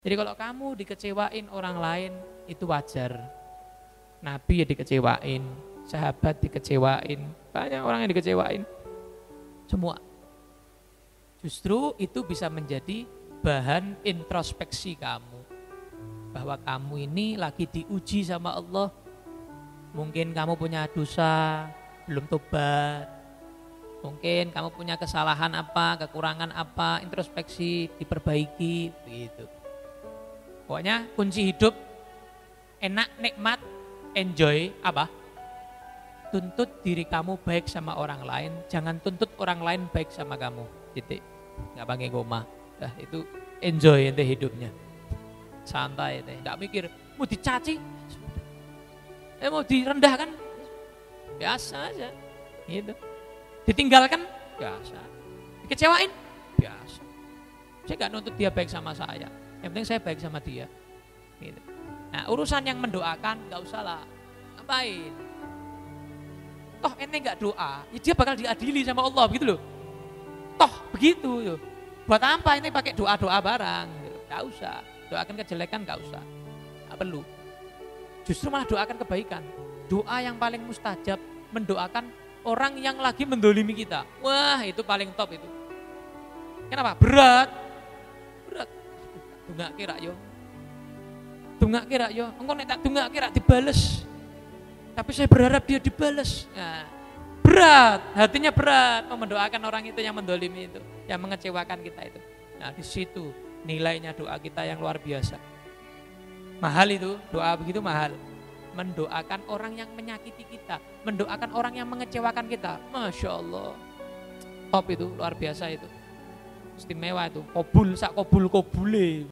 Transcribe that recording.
Jadi kalau kamu dikecewain orang lain itu wajar. Nabi ya dikecewain, sahabat dikecewain, banyak orang yang dikecewain. Semua. Justru itu bisa menjadi bahan introspeksi kamu. Bahwa kamu ini lagi diuji sama Allah. Mungkin kamu punya dosa, belum tobat. Mungkin kamu punya kesalahan apa, kekurangan apa, introspeksi, diperbaiki, begitu. Pokoknya kunci hidup enak, nikmat, enjoy apa? Tuntut diri kamu baik sama orang lain, jangan tuntut orang lain baik sama kamu. Titik. Enggak pakai koma. Nah, itu enjoy ente hidupnya. Santai teh, enggak mikir mau dicaci, mau direndahkan, biasa aja. Gitu. Ditinggalkan, biasa. Dikecewain, biasa. Saya enggak nuntut dia baik sama saya. Yang penting saya baik sama dia. Gitu. Nah, urusan yang mendoakan enggak usah lah. Ngapain? Toh ente enggak doa, ya dia bakal diadili sama Allah begitu loh. Toh begitu loh. Buat apa ini pakai doa-doa barang? Enggak usah. Doakan kejelekan enggak usah. Enggak perlu. Justru malah doakan kebaikan. Doa yang paling mustajab mendoakan orang yang lagi mendolimi kita. Wah, itu paling top itu. Kenapa? Berat. Dungak kira yo. Dungak kira yo. Engko nek tak dungak kira dibales. Tapi saya berharap dia dibales. Nah, berat, hatinya berat mendoakan orang itu yang mendolimi itu, yang mengecewakan kita itu. Nah, di situ nilainya doa kita yang luar biasa. Mahal itu, doa begitu mahal. Mendoakan orang yang menyakiti kita, mendoakan orang yang mengecewakan kita. Masya Allah, top itu, luar biasa itu. Istimewa itu, kobul sak kobul-kobule.